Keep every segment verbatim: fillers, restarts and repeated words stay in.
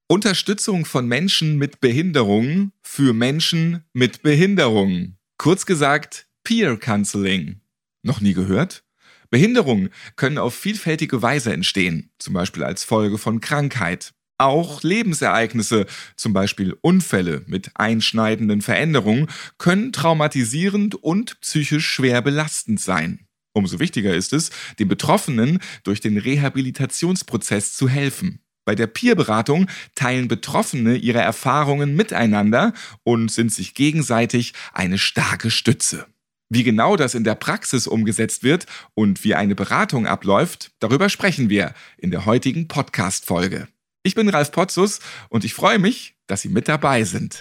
Unterstützung von Menschen mit Behinderungen für Menschen mit Behinderungen. Kurz gesagt, Peer Counseling. Noch nie gehört? Behinderungen können auf vielfältige Weise entstehen, zum Beispiel als Folge von Krankheit. Auch Lebensereignisse, zum Beispiel Unfälle mit einschneidenden Veränderungen, können traumatisierend und psychisch schwer belastend sein. Umso wichtiger ist es, den Betroffenen durch den Rehabilitationsprozess zu helfen. Bei der Peerberatung teilen Betroffene ihre Erfahrungen miteinander und sind sich gegenseitig eine starke Stütze. Wie genau das in der Praxis umgesetzt wird und wie eine Beratung abläuft, darüber sprechen wir in der heutigen Podcast-Folge. Ich bin Ralf Potzus und ich freue mich, dass Sie mit dabei sind.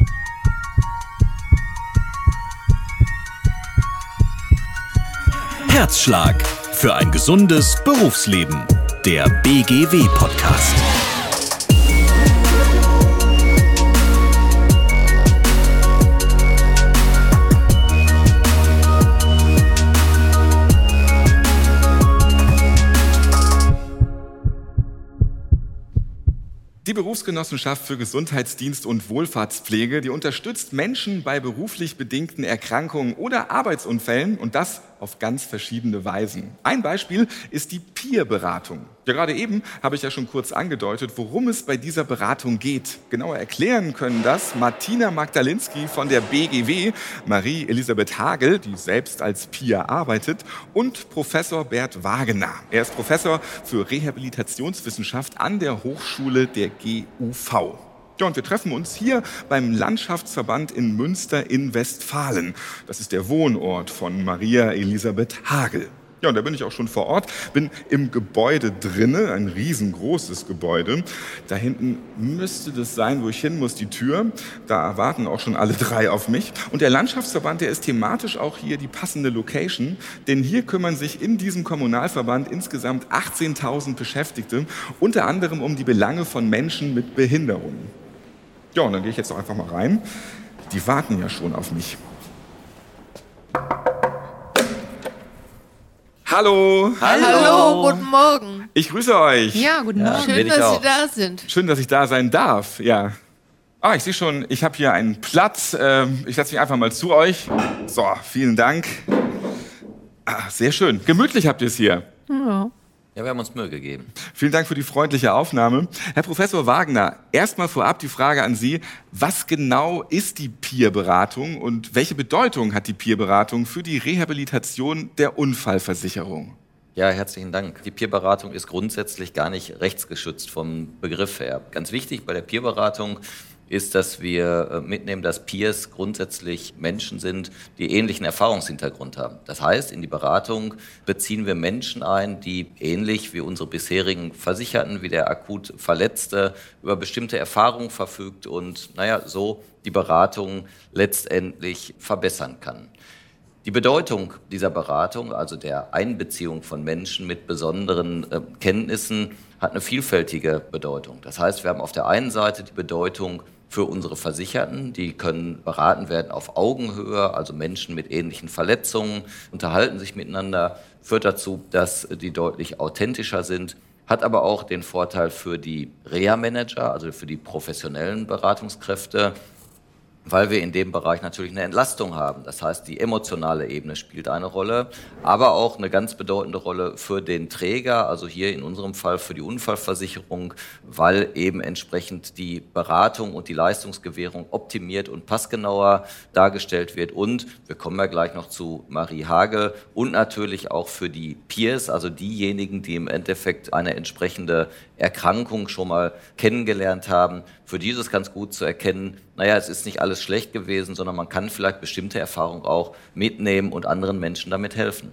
Herzschlag für ein gesundes Berufsleben. Der B G W-Podcast. Die Berufsgenossenschaft für Gesundheitsdienst und Wohlfahrtspflege, die unterstützt Menschen bei beruflich bedingten Erkrankungen oder Arbeitsunfällen und das auf ganz verschiedene Weisen. Ein Beispiel ist die Peer-Beratung. Ja, gerade eben habe ich ja schon kurz angedeutet, worum es bei dieser Beratung geht. Genauer erklären können das Martina Magdalinski von der B G W, Marie-Elisabeth Hagel, die selbst als Peer arbeitet, und Professor Bert Wagener. Er ist Professor für Rehabilitationswissenschaft an der Hochschule der G U V. Ja, und wir treffen uns hier beim Landschaftsverband in Münster in Westfalen. Das ist der Wohnort von Maria Elisabeth Hagel. Ja, und da bin ich auch schon vor Ort, bin im Gebäude drinne, ein riesengroßes Gebäude. Da hinten müsste das sein, wo ich hin muss, die Tür. Da erwarten auch schon alle drei auf mich. Und der Landschaftsverband, der ist thematisch auch hier die passende Location, denn hier kümmern sich in diesem Kommunalverband insgesamt achtzehntausend Beschäftigte, unter anderem um die Belange von Menschen mit Behinderungen. Ja, und dann gehe ich jetzt doch einfach mal rein. Die warten ja schon auf mich. Hallo. Hallo. Hallo, guten Morgen. Ich grüße euch. Ja, guten Morgen. Ja, schön, dass auch. Sie da sind. Schön, dass ich da sein darf, ja. Ah, ich sehe schon, ich habe hier einen Platz. Ich setze mich einfach mal zu euch. So, vielen Dank. Ah, sehr schön. Gemütlich habt ihr es hier. Ja. Ja, wir haben uns Mühe gegeben. Vielen Dank für die freundliche Aufnahme. Herr Professor Wagener, erstmal vorab die Frage an Sie. Was genau ist die Peer-Beratung und welche Bedeutung hat die Peer-Beratung für die Rehabilitation der Unfallversicherung? Ja, herzlichen Dank. Die Peer-Beratung ist grundsätzlich gar nicht rechtsgeschützt vom Begriff her. Ganz wichtig bei der Peer-Beratung ist, dass wir mitnehmen, dass Peers grundsätzlich Menschen sind, die ähnlichen Erfahrungshintergrund haben. Das heißt, in die Beratung beziehen wir Menschen ein, die ähnlich wie unsere bisherigen Versicherten, wie der akut Verletzte, über bestimmte Erfahrungen verfügt und naja, so die Beratung letztendlich verbessern kann. Die Bedeutung dieser Beratung, also der Einbeziehung von Menschen mit besonderen äh, Kenntnissen, hat eine vielfältige Bedeutung. Das heißt, wir haben auf der einen Seite die Bedeutung für unsere Versicherten, die können beraten werden auf Augenhöhe, also Menschen mit ähnlichen Verletzungen, unterhalten sich miteinander, führt dazu, dass die deutlich authentischer sind, hat aber auch den Vorteil für die Reha-Manager, also für die professionellen Beratungskräfte, weil wir in dem Bereich natürlich eine Entlastung haben. Das heißt, die emotionale Ebene spielt eine Rolle, aber auch eine ganz bedeutende Rolle für den Träger, also hier in unserem Fall für die Unfallversicherung, weil eben entsprechend die Beratung und die Leistungsgewährung optimiert und passgenauer dargestellt wird. Und wir kommen ja gleich noch zu Marie Hagel und natürlich auch für die Peers, also diejenigen, die im Endeffekt eine entsprechende Erkrankung schon mal kennengelernt haben. Für die ist es ganz gut zu erkennen, naja, es ist nicht alles schlecht gewesen, sondern man kann vielleicht bestimmte Erfahrungen auch mitnehmen und anderen Menschen damit helfen.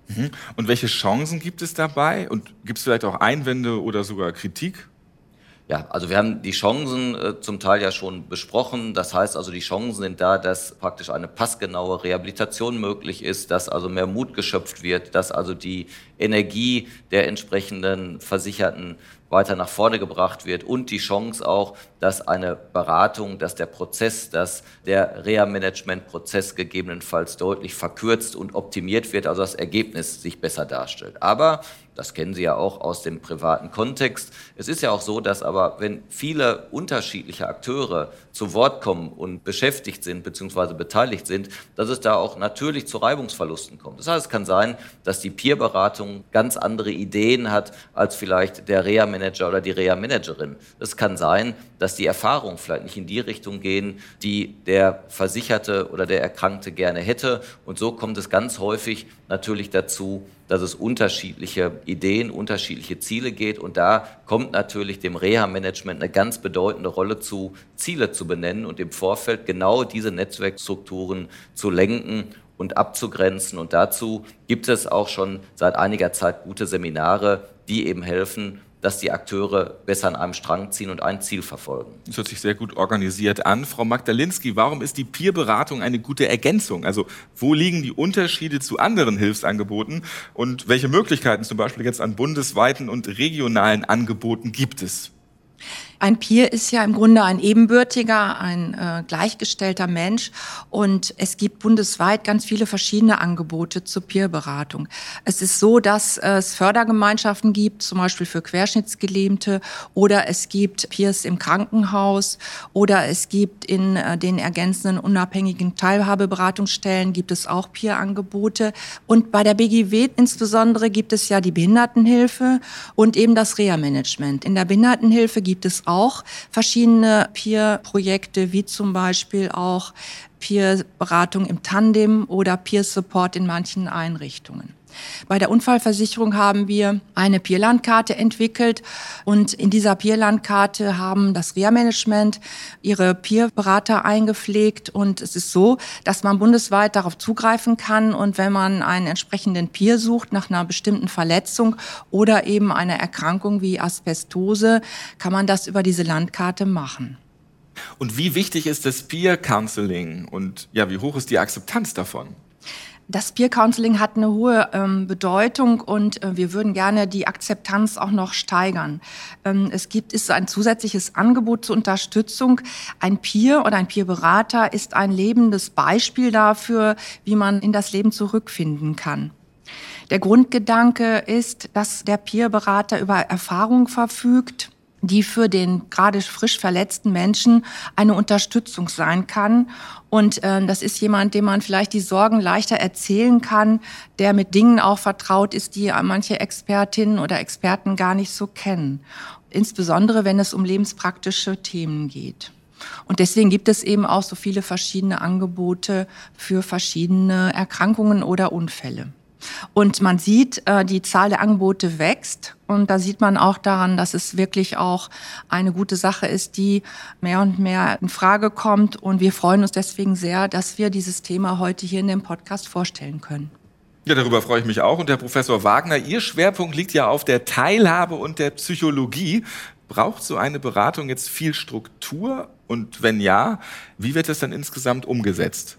Und welche Chancen gibt es dabei? Und gibt es vielleicht auch Einwände oder sogar Kritik? Ja, also wir haben die Chancen äh, zum Teil ja schon besprochen. Das heißt also, die Chancen sind da, dass praktisch eine passgenaue Rehabilitation möglich ist, dass also mehr Mut geschöpft wird, dass also die Energie der entsprechenden Versicherten weiter nach vorne gebracht wird und die Chance auch, dass eine Beratung, dass der Prozess, dass der Reha-Management-Prozess gegebenenfalls deutlich verkürzt und optimiert wird, also das Ergebnis sich besser darstellt. Aber das kennen Sie ja auch aus dem privaten Kontext. Es ist ja auch so, dass aber, wenn viele unterschiedliche Akteure zu Wort kommen und beschäftigt sind bzw. beteiligt sind, dass es da auch natürlich zu Reibungsverlusten kommt. Das heißt, es kann sein, dass die Peerberatung ganz andere Ideen hat als vielleicht der Reha-Manager oder die Reha-Managerin. Es kann sein, dass die Erfahrungen vielleicht nicht in die Richtung gehen, die der Versicherte oder der Erkrankte gerne hätte. Und so kommt es ganz häufig natürlich dazu, dass es unterschiedliche Ideen, unterschiedliche Ziele geht. Und da kommt natürlich dem Reha-Management eine ganz bedeutende Rolle zu, Ziele zu benennen und im Vorfeld genau diese Netzwerkstrukturen zu lenken und abzugrenzen. Und dazu gibt es auch schon seit einiger Zeit gute Seminare, die eben helfen, dass die Akteure besser an einem Strang ziehen und ein Ziel verfolgen. Das hört sich sehr gut organisiert an. Frau Magdalinski, warum ist die Peerberatung eine gute Ergänzung? Also wo liegen die Unterschiede zu anderen Hilfsangeboten und welche Möglichkeiten zum Beispiel jetzt an bundesweiten und regionalen Angeboten gibt es? Ein Peer ist ja im Grunde ein ebenbürtiger, ein äh, gleichgestellter Mensch und es gibt bundesweit ganz viele verschiedene Angebote zur Peerberatung. Es ist so, dass äh, es Fördergemeinschaften gibt, zum Beispiel für Querschnittsgelähmte oder es gibt Peers im Krankenhaus oder es gibt in äh, den ergänzenden unabhängigen Teilhabeberatungsstellen gibt es auch Peer-Angebote und bei der B G W insbesondere gibt es ja die Behindertenhilfe und eben das Reha-Management. In der Behindertenhilfe gibt es auch verschiedene Peer-Projekte, wie zum Beispiel auch Peer-Beratung im Tandem oder Peer-Support in manchen Einrichtungen. Bei der Unfallversicherung haben wir eine Peer-Landkarte entwickelt und in dieser Peer-Landkarte haben das Reha-Management ihre Peer-Berater eingepflegt und es ist so, dass man bundesweit darauf zugreifen kann und wenn man einen entsprechenden Peer sucht nach einer bestimmten Verletzung oder eben einer Erkrankung wie Asbestose, kann man das über diese Landkarte machen. Und wie wichtig ist das Peer-Counseling und ja, wie hoch ist die Akzeptanz davon? Das Peer Counseling hat eine hohe ähm, Bedeutung und äh, wir würden gerne die Akzeptanz auch noch steigern. Ähm, es gibt ist ein zusätzliches Angebot zur Unterstützung. Ein Peer oder ein Peerberater ist ein lebendes Beispiel dafür, wie man in das Leben zurückfinden kann. Der Grundgedanke ist, dass der Peerberater über Erfahrung verfügt, die für den gerade frisch verletzten Menschen eine Unterstützung sein kann. Und äh, das ist jemand, dem man vielleicht die Sorgen leichter erzählen kann, der mit Dingen auch vertraut ist, die manche Expertinnen oder Experten gar nicht so kennen. Insbesondere, wenn es um lebenspraktische Themen geht. Und deswegen gibt es eben auch so viele verschiedene Angebote für verschiedene Erkrankungen oder Unfälle. Und man sieht, die Zahl der Angebote wächst. Und da sieht man auch daran, dass es wirklich auch eine gute Sache ist, die mehr und mehr in Frage kommt. Und wir freuen uns deswegen sehr, dass wir dieses Thema heute hier in dem Podcast vorstellen können. Ja, darüber freue ich mich auch. Und Herr Professor Wagner, Ihr Schwerpunkt liegt ja auf der Teilhabe und der Psychologie. Braucht so eine Beratung jetzt viel Struktur? Und wenn ja, wie wird das dann insgesamt umgesetzt?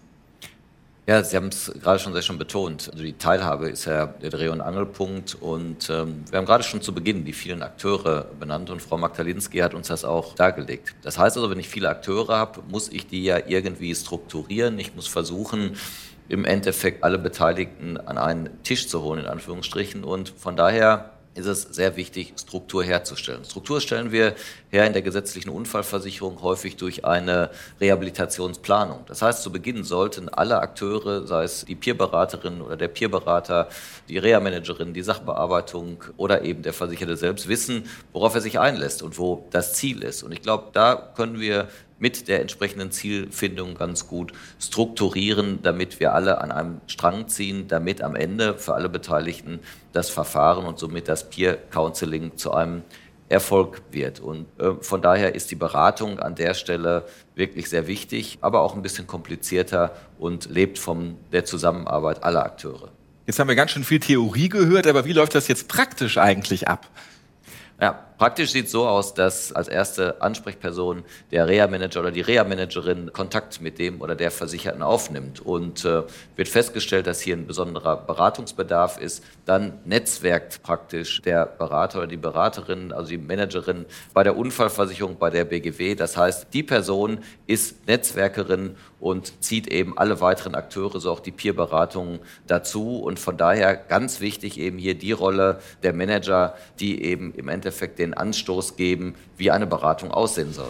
Ja, Sie haben es gerade schon sehr schön betont. Also die Teilhabe ist ja der Dreh- und Angelpunkt und ähm, wir haben gerade schon zu Beginn die vielen Akteure benannt und Frau Magdalinski hat uns das auch dargelegt. Das heißt also, wenn ich viele Akteure habe, muss ich die ja irgendwie strukturieren. Ich muss versuchen, im Endeffekt alle Beteiligten an einen Tisch zu holen, in Anführungsstrichen. Und von daher ist es sehr wichtig, Struktur herzustellen. Struktur stellen wir her in der gesetzlichen Unfallversicherung häufig durch eine Rehabilitationsplanung. Das heißt, zu Beginn sollten alle Akteure, sei es die Peerberaterin oder der Peerberater, die Reha-Managerin, die Sachbearbeitung oder eben der Versicherte selbst wissen, worauf er sich einlässt und wo das Ziel ist. Und ich glaube, da können wir mit der entsprechenden Zielfindung ganz gut strukturieren, damit wir alle an einem Strang ziehen, damit am Ende für alle Beteiligten das Verfahren und somit das Peer-Counseling zu einem Erfolg wird. Und äh, von daher ist die Beratung an der Stelle wirklich sehr wichtig, aber auch ein bisschen komplizierter und lebt von der Zusammenarbeit aller Akteure. Jetzt haben wir ganz schön viel Theorie gehört, aber wie läuft das jetzt praktisch eigentlich ab? Ja, praktisch sieht es so aus, dass als erste Ansprechperson der Reha-Manager oder die Reha-Managerin Kontakt mit dem oder der Versicherten aufnimmt und äh, wird festgestellt, dass hier ein besonderer Beratungsbedarf ist. Dann netzwerkt praktisch der Berater oder die Beraterin, also die Managerin bei der Unfallversicherung, bei der B G W. Das heißt, die Person ist Netzwerkerin und zieht eben alle weiteren Akteure, so auch die Peer-Beratung dazu. Und von daher ganz wichtig eben hier die Rolle der Manager, die eben im Endeffekt den Anstoß geben, wie eine Beratung aussehen soll.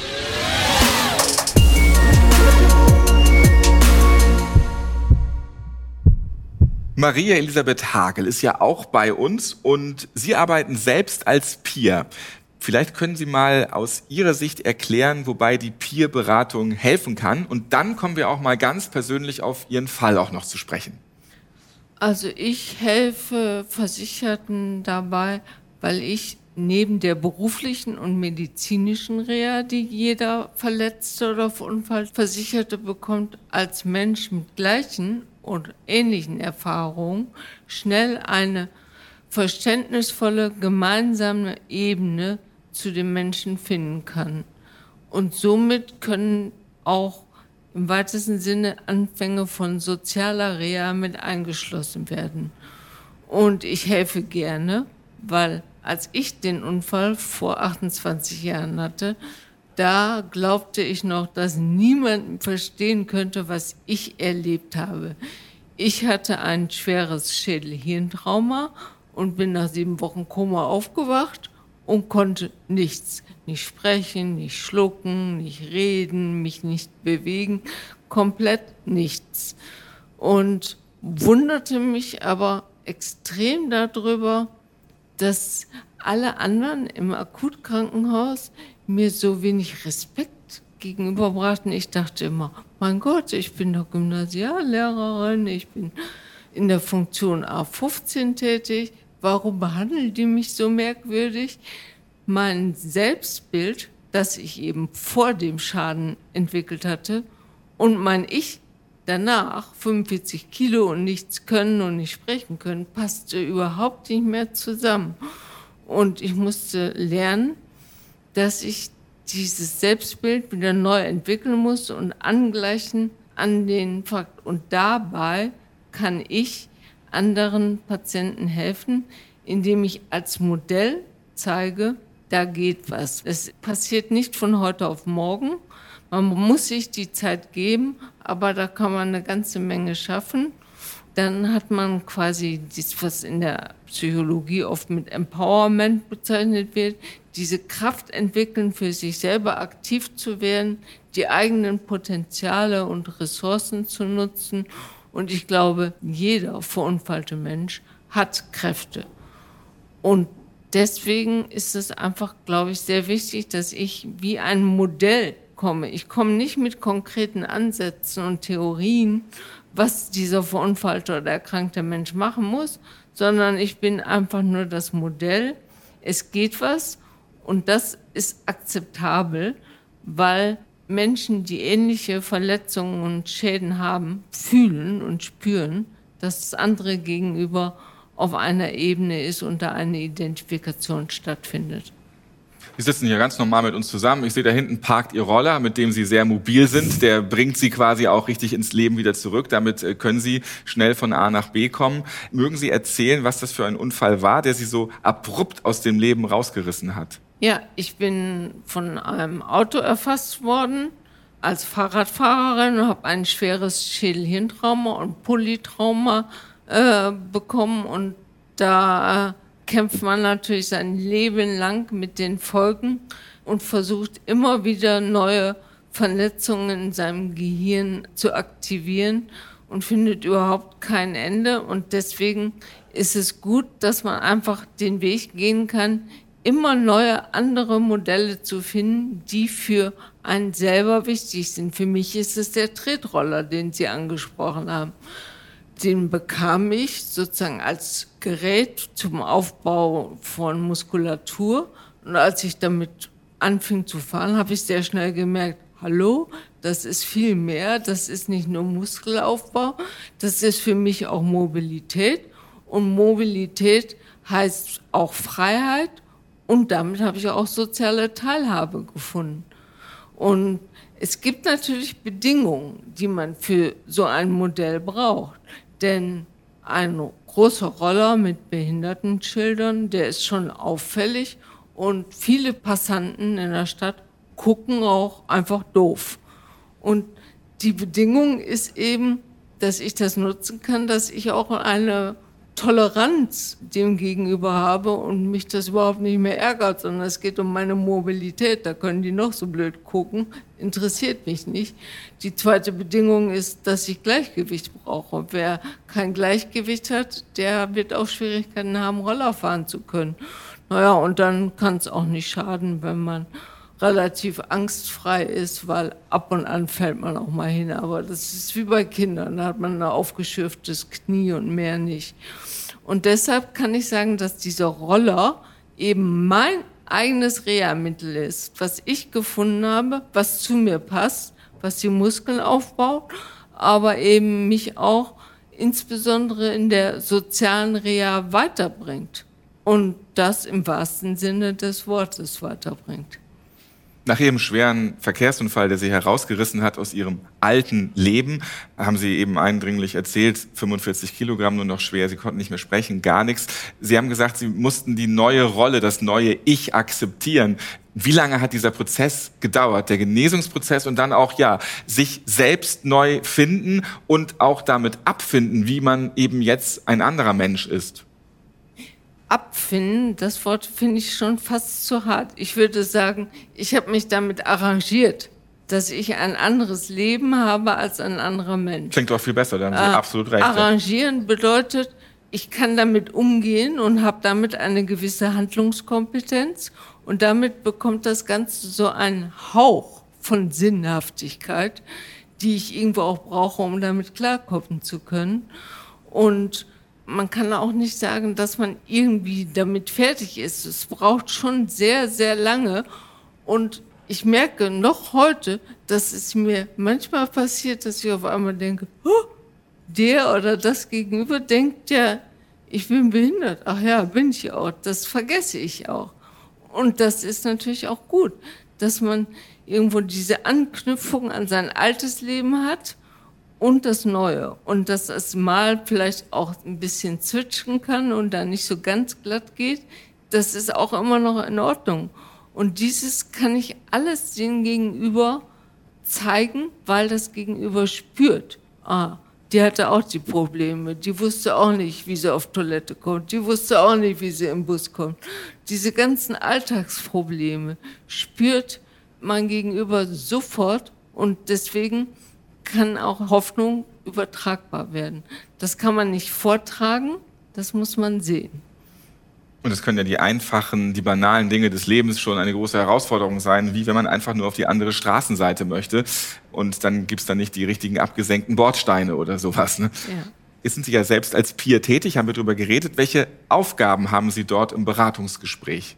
Maria Elisabeth Hagel ist ja auch bei uns und Sie arbeiten selbst als Peer. Vielleicht können Sie mal aus Ihrer Sicht erklären, wobei die Peer-Beratung helfen kann. Und dann kommen wir auch mal ganz persönlich auf Ihren Fall auch noch zu sprechen. Also ich helfe Versicherten dabei, weil ich neben der beruflichen und medizinischen Reha, die jeder Verletzte oder Unfallversicherte bekommt, als Mensch mit gleichen und ähnlichen Erfahrungen schnell eine verständnisvolle gemeinsame Ebene zu den Menschen finden kann. Und somit können auch im weitesten Sinne Anfänge von sozialer Reha mit eingeschlossen werden. Und ich helfe gerne, weil als ich den Unfall vor achtundzwanzig Jahren hatte, da glaubte ich noch, dass niemand verstehen könnte, was ich erlebt habe. Ich hatte ein schweres Schädel-Hirntrauma und bin nach sieben Wochen Koma aufgewacht und konnte nichts. Nicht sprechen, nicht schlucken, nicht reden, mich nicht bewegen, komplett nichts. Und wunderte mich aber extrem darüber, dass alle anderen im Akutkrankenhaus mir so wenig Respekt gegenüberbrachten. Ich dachte immer, mein Gott, ich bin doch Gymnasiallehrerin, ich bin in der Funktion A fünfzehn tätig, warum behandeln die mich so merkwürdig? Mein Selbstbild, das ich eben vor dem Schaden entwickelt hatte, und mein Ich danach, fünfundvierzig Kilo und nichts können und nicht sprechen können, passte überhaupt nicht mehr zusammen. Und ich musste lernen, dass ich dieses Selbstbild wieder neu entwickeln muss und angleichen an den Fakt. Und dabei kann ich anderen Patienten helfen, indem ich als Modell zeige, da geht was. Es passiert nicht von heute auf morgen. Man muss sich die Zeit geben, aber da kann man eine ganze Menge schaffen. Dann hat man quasi das, was in der Psychologie oft mit Empowerment bezeichnet wird, diese Kraft entwickeln, für sich selber aktiv zu werden, die eigenen Potenziale und Ressourcen zu nutzen. Und ich glaube, jeder verunfallte Mensch hat Kräfte. Und deswegen ist es einfach, glaube ich, sehr wichtig, dass ich wie ein Modell komme. Ich komme nicht mit konkreten Ansätzen und Theorien, was dieser verunfallte oder erkrankte Mensch machen muss, sondern ich bin einfach nur das Modell. Es geht was und das ist akzeptabel, weil Menschen, die ähnliche Verletzungen und Schäden haben, fühlen und spüren, dass das andere Gegenüber auf einer Ebene ist und da eine Identifikation stattfindet. Sie sitzen hier ganz normal mit uns zusammen. Ich sehe, da hinten parkt Ihr Roller, mit dem Sie sehr mobil sind. Der bringt Sie quasi auch richtig ins Leben wieder zurück. Damit können Sie schnell von A nach B kommen. Mögen Sie erzählen, was das für ein Unfall war, der Sie so abrupt aus dem Leben rausgerissen hat? Ja, ich bin von einem Auto erfasst worden als Fahrradfahrerin und habe ein schweres Schädel-Hirntrauma und Polytrauma äh, bekommen. Und da äh, kämpft man natürlich sein Leben lang mit den Folgen und versucht immer wieder neue Verletzungen in seinem Gehirn zu aktivieren und findet überhaupt kein Ende. Und deswegen ist es gut, dass man einfach den Weg gehen kann, immer neue andere Modelle zu finden, die für einen selber wichtig sind. Für mich ist es der Tretroller, den Sie angesprochen haben. Den bekam ich sozusagen als Gerät zum Aufbau von Muskulatur. Und als ich damit anfing zu fahren, habe ich sehr schnell gemerkt, hallo, das ist viel mehr, das ist nicht nur Muskelaufbau, das ist für mich auch Mobilität. Und Mobilität heißt auch Freiheit Und damit habe ich auch soziale Teilhabe gefunden. Und es gibt natürlich Bedingungen, die man für so ein Modell braucht. Denn ein großer Roller mit Behindertenschildern, der ist schon auffällig. Und viele Passanten in der Stadt gucken auch einfach doof. Und die Bedingung ist eben, dass ich das nutzen kann, dass ich auch eine Toleranz dem gegenüber habe und mich das überhaupt nicht mehr ärgert, sondern es geht um meine Mobilität. Da können die noch so blöd gucken, interessiert mich nicht. Die zweite Bedingung ist, dass ich Gleichgewicht brauche. Wer kein Gleichgewicht hat, der wird auch Schwierigkeiten haben, Roller fahren zu können. Naja, und dann kann es auch nicht schaden, wenn man relativ angstfrei ist, weil ab und an fällt man auch mal hin. Aber das ist wie bei Kindern, da hat man ein aufgeschürftes Knie und mehr nicht. Und deshalb kann ich sagen, dass dieser Roller eben mein eigenes Reha-Mittel ist, was ich gefunden habe, was zu mir passt, was die Muskeln aufbaut, aber eben mich auch insbesondere in der sozialen Reha weiterbringt. Und das im wahrsten Sinne des Wortes weiterbringt. Nach Ihrem schweren Verkehrsunfall, der Sie herausgerissen hat aus Ihrem alten Leben, haben Sie eben eindringlich erzählt, fünfundvierzig Kilogramm nur noch schwer, Sie konnten nicht mehr sprechen, gar nichts. Sie haben gesagt, Sie mussten die neue Rolle, das neue Ich akzeptieren. Wie lange hat dieser Prozess gedauert, der Genesungsprozess und dann auch, ja, sich selbst neu finden und auch damit abfinden, wie man eben jetzt ein anderer Mensch ist? Abfinden, das Wort finde ich schon fast zu hart. Ich würde sagen, ich habe mich damit arrangiert, dass ich ein anderes Leben habe als ein anderer Mensch. Klingt doch viel besser, da haben Sie äh, absolut recht. Arrangieren bedeutet, ich kann damit umgehen und habe damit eine gewisse Handlungskompetenz und damit bekommt das Ganze so einen Hauch von Sinnhaftigkeit, die ich irgendwo auch brauche, um damit klarkommen zu können. Und man kann auch nicht sagen, dass man irgendwie damit fertig ist. Es braucht schon sehr, sehr lange. Und ich merke noch heute, dass es mir manchmal passiert, dass ich auf einmal denke, oh, der oder das Gegenüber denkt ja, ich bin behindert. Ach ja, bin ich auch. Das vergesse ich auch. Und das ist natürlich auch gut, dass man irgendwo diese Anknüpfung an sein altes Leben hat und das Neue. Und dass es mal vielleicht auch ein bisschen zwitschern kann und dann nicht so ganz glatt geht, das ist auch immer noch in Ordnung. Und dieses kann ich alles dem Gegenüber zeigen, weil das Gegenüber spürt. Ah, die hatte auch die Probleme. Die wusste auch nicht, wie sie auf Toilette kommt. Die wusste auch nicht, wie sie im Bus kommt. Diese ganzen Alltagsprobleme spürt mein Gegenüber sofort und deswegen kann auch Hoffnung übertragbar werden. Das kann man nicht vortragen, das muss man sehen. Und es können ja die einfachen, die banalen Dinge des Lebens schon eine große Herausforderung sein, wie wenn man einfach nur auf die andere Straßenseite möchte und dann gibt es da nicht die richtigen abgesenkten Bordsteine oder sowas. Ne? Ja. Jetzt sind Sie ja selbst als Peer tätig, haben wir darüber geredet. Welche Aufgaben haben Sie dort im Beratungsgespräch?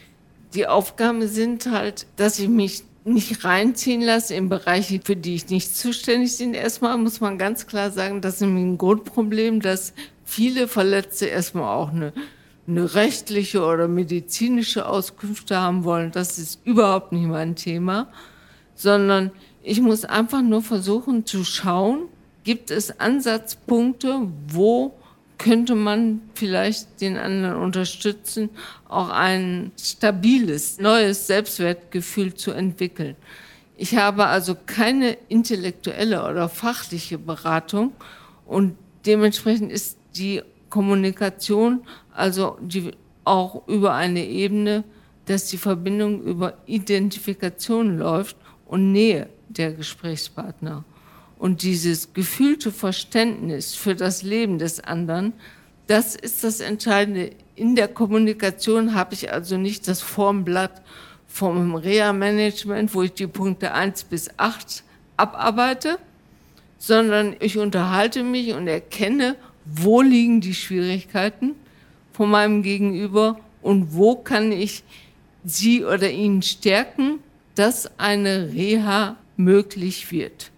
Die Aufgaben sind halt, dass ich mich nicht reinziehen lasse in Bereiche, für die ich nicht zuständig bin. Erstmal muss man ganz klar sagen, das ist nämlich ein Grundproblem, dass viele Verletzte erstmal auch eine, eine rechtliche oder medizinische Auskünfte haben wollen. Das ist überhaupt nicht mein Thema, sondern ich muss einfach nur versuchen zu schauen, gibt es Ansatzpunkte, wo könnte man vielleicht den anderen unterstützen, auch ein stabiles, neues Selbstwertgefühl zu entwickeln. Ich habe also keine intellektuelle oder fachliche Beratung und dementsprechend ist die Kommunikation also die auch über eine Ebene, dass die Verbindung über Identifikation läuft und Nähe der Gesprächspartner. Und dieses gefühlte Verständnis für das Leben des anderen, das ist das Entscheidende. In der Kommunikation habe ich also nicht das Formblatt vom Reha-Management, wo ich die Punkte eins bis acht abarbeite, sondern ich unterhalte mich und erkenne, wo liegen die Schwierigkeiten von meinem Gegenüber und wo kann ich sie oder ihn stärken, dass eine Reha möglich wird.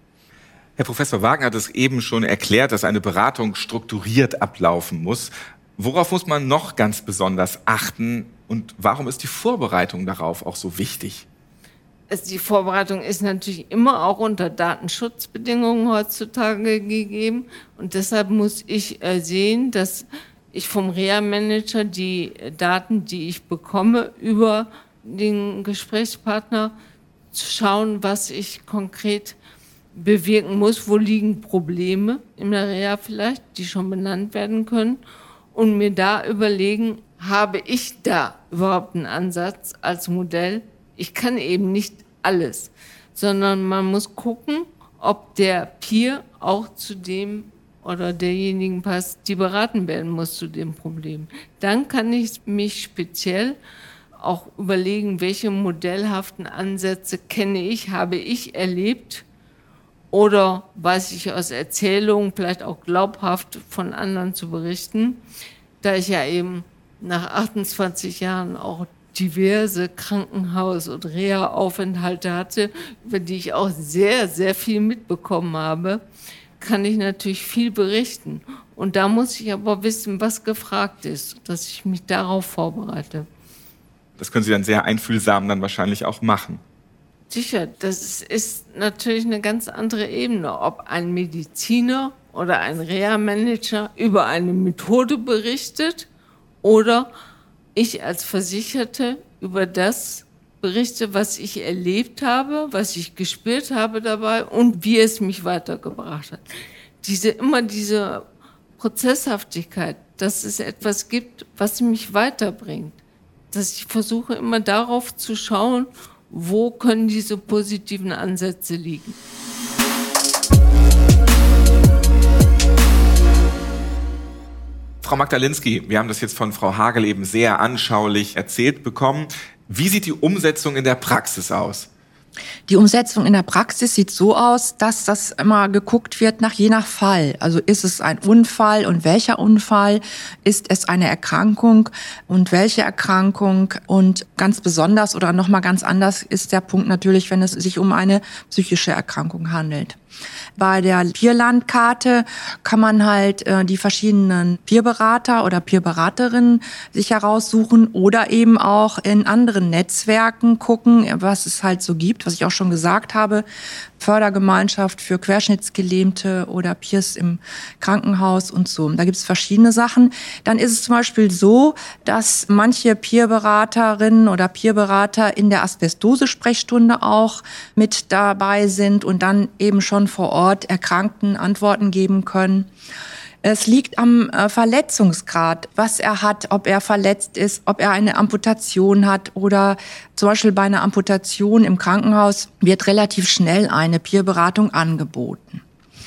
Herr Professor Wagner hat es eben schon erklärt, dass eine Beratung strukturiert ablaufen muss. Worauf muss man noch ganz besonders achten, Und warum ist die Vorbereitung darauf auch so wichtig? Also die Vorbereitung ist natürlich immer auch unter Datenschutzbedingungen heutzutage gegeben. Und deshalb muss ich sehen, dass ich vom Reha-Manager die Daten, die ich bekomme, über den Gesprächspartner zu schauen, was ich konkret bewirken muss, wo liegen Probleme in der Reha vielleicht, die schon benannt werden können, und mir da überlegen, habe ich da überhaupt einen Ansatz als Modell? Ich kann eben nicht alles, sondern man muss gucken, ob der Peer auch zu dem oder derjenigen passt, die beraten werden muss zu dem Problem. Dann kann ich mich speziell auch überlegen, welche modellhaften Ansätze kenne ich, habe ich erlebt oder weiß ich aus Erzählungen, vielleicht auch glaubhaft von anderen zu berichten, da ich ja eben nach achtundzwanzig Jahren auch diverse Krankenhaus- und Reha-Aufenthalte hatte, über die ich auch sehr, sehr viel mitbekommen habe, kann ich natürlich viel berichten. Und da muss ich aber wissen, was gefragt ist, dass ich mich darauf vorbereite. Das können Sie dann sehr einfühlsam dann wahrscheinlich auch machen. Sicher, das ist natürlich eine ganz andere Ebene, ob ein Mediziner oder ein Reha-Manager über eine Methode berichtet oder ich als Versicherte über das berichte, was ich erlebt habe, was ich gespürt habe dabei und wie es mich weitergebracht hat. Diese, immer diese Prozesshaftigkeit, dass es etwas gibt, was mich weiterbringt. Dass ich versuche, immer darauf zu schauen, wo können diese positiven Ansätze liegen. Frau Magdalinski, wir haben das jetzt von Frau Hagel eben sehr anschaulich erzählt bekommen. Wie sieht die Umsetzung in der Praxis aus? Die Umsetzung in der Praxis sieht so aus, dass das immer geguckt wird nach je nach Fall. Also ist es ein Unfall und welcher Unfall? Ist es eine Erkrankung und welche Erkrankung? Und ganz besonders oder nochmal ganz anders ist der Punkt natürlich, wenn es sich um eine psychische Erkrankung handelt. Bei der Peer-Landkarte kann man halt äh, die verschiedenen Peerberater oder Peerberaterinnen sich heraussuchen oder eben auch in anderen Netzwerken gucken, was es halt so gibt, was ich auch schon gesagt habe. Fördergemeinschaft für Querschnittsgelähmte oder Peers im Krankenhaus und so. Da gibt es verschiedene Sachen. Dann ist es zum Beispiel so, dass manche Peerberaterinnen oder Peerberater in der Asbestose-Sprechstunde auch mit dabei sind und dann eben schon vor Ort Erkrankten Antworten geben können. Es liegt am äh, Verletzungsgrad, was er hat, ob er verletzt ist, ob er eine Amputation hat oder zum Beispiel bei einer Amputation im Krankenhaus wird relativ schnell eine Peerberatung angeboten.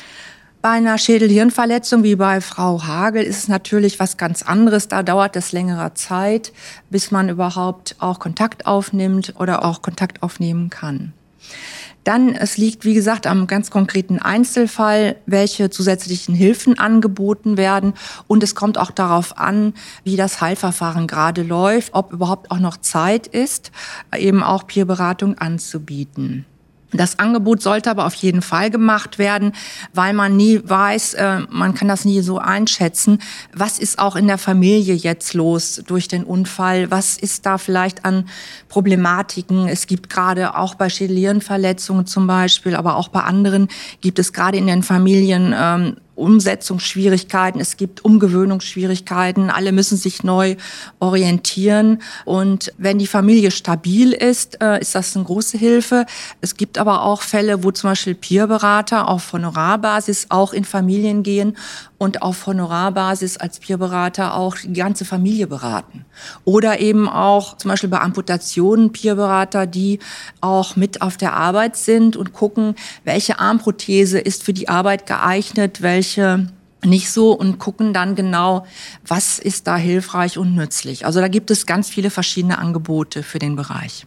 Bei einer Schädel-Hirnverletzung wie bei Frau Hagel ist es natürlich was ganz anderes. Da dauert es längere Zeit, bis man überhaupt auch Kontakt aufnimmt oder auch Kontakt aufnehmen kann. Dann, es liegt, wie gesagt, am ganz konkreten Einzelfall, welche zusätzlichen Hilfen angeboten werden. Und es kommt auch darauf an, wie das Heilverfahren gerade läuft, ob überhaupt auch noch Zeit ist, eben auch Peerberatung anzubieten. Das Angebot sollte aber auf jeden Fall gemacht werden, weil man nie weiß, äh, man kann das nie so einschätzen, was ist auch in der Familie jetzt los durch den Unfall, was ist da vielleicht an Problematiken. Es gibt gerade auch bei Schädel-Hirnverletzungen zum Beispiel, aber auch bei anderen gibt es gerade in den Familien ähm, Umsetzungsschwierigkeiten, es gibt Umgewöhnungsschwierigkeiten, alle müssen sich neu orientieren. Und wenn die Familie stabil ist, ist das eine große Hilfe. Es gibt aber auch Fälle, wo zum Beispiel Peerberater auf Honorarbasis auch in Familien gehen und auf Honorarbasis als Peerberater auch die ganze Familie beraten. Oder eben auch zum Beispiel bei Amputationen Peerberater, die auch mit auf der Arbeit sind und gucken, welche Armprothese ist für die Arbeit geeignet, welche nicht so und gucken dann genau, was ist da hilfreich und nützlich. Also da gibt es ganz viele verschiedene Angebote für den Bereich.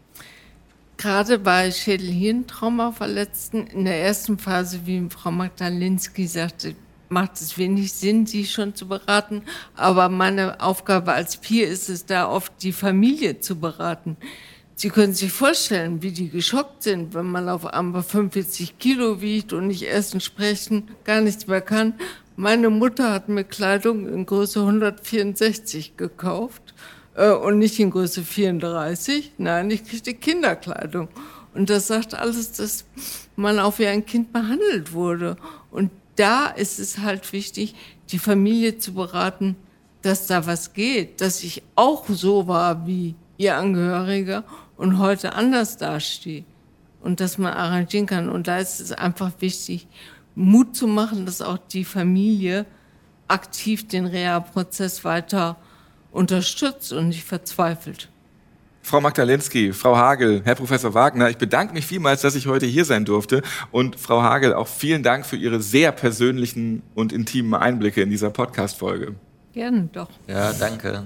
Gerade bei Schädel-Hirntrauma-Verletzten in der ersten Phase, wie Frau Magdalinski sagte, macht es wenig Sinn, sie schon zu beraten. Aber meine Aufgabe als Peer ist es da oft, die Familie zu beraten. Sie können sich vorstellen, wie die geschockt sind, wenn man auf einmal fünfundvierzig Kilo wiegt und nicht essen, sprechen, gar nichts mehr kann. Meine Mutter hat mir Kleidung in Größe hundertvierundsechzig gekauft, äh, und nicht in Größe vierunddreißig. Nein, ich kriege die Kinderkleidung. Und das sagt alles, dass man auch wie ein Kind behandelt wurde. Und da ist es halt wichtig, die Familie zu beraten, dass da was geht, dass ich auch so war wie ihr Angehöriger und heute anders dastehe. Und dass man arrangieren kann. Und da ist es einfach wichtig, Mut zu machen, dass auch die Familie aktiv den Reha-Prozess weiter unterstützt und nicht verzweifelt. Frau Magdalenski, Frau Hagel, Herr Professor Wagner, ich bedanke mich vielmals, dass ich heute hier sein durfte. Und Frau Hagel, auch vielen Dank für Ihre sehr persönlichen und intimen Einblicke in dieser Podcast-Folge. Gerne doch. Ja, danke.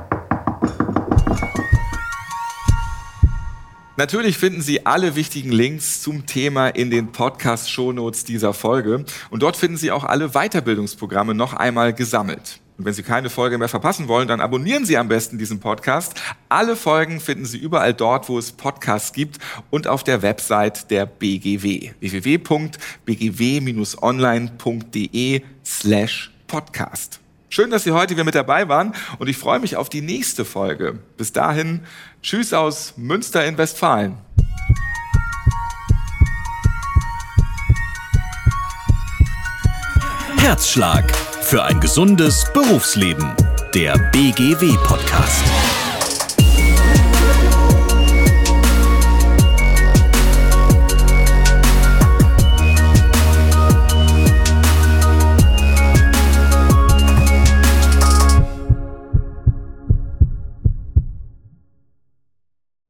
Natürlich finden Sie alle wichtigen Links zum Thema in den Podcast-Shownotes dieser Folge. Und dort finden Sie auch alle Weiterbildungsprogramme noch einmal gesammelt. Und wenn Sie keine Folge mehr verpassen wollen, dann abonnieren Sie am besten diesen Podcast. Alle Folgen finden Sie überall dort, wo es Podcasts gibt und auf der Website der B G W. w w w punkt b g w bindestrich online punkt d e slash podcast. Schön, dass Sie heute wieder mit dabei waren und ich freue mich auf die nächste Folge. Bis dahin, tschüss aus Münster in Westfalen. Herzschlag für ein gesundes Berufsleben. Der B G W Podcast.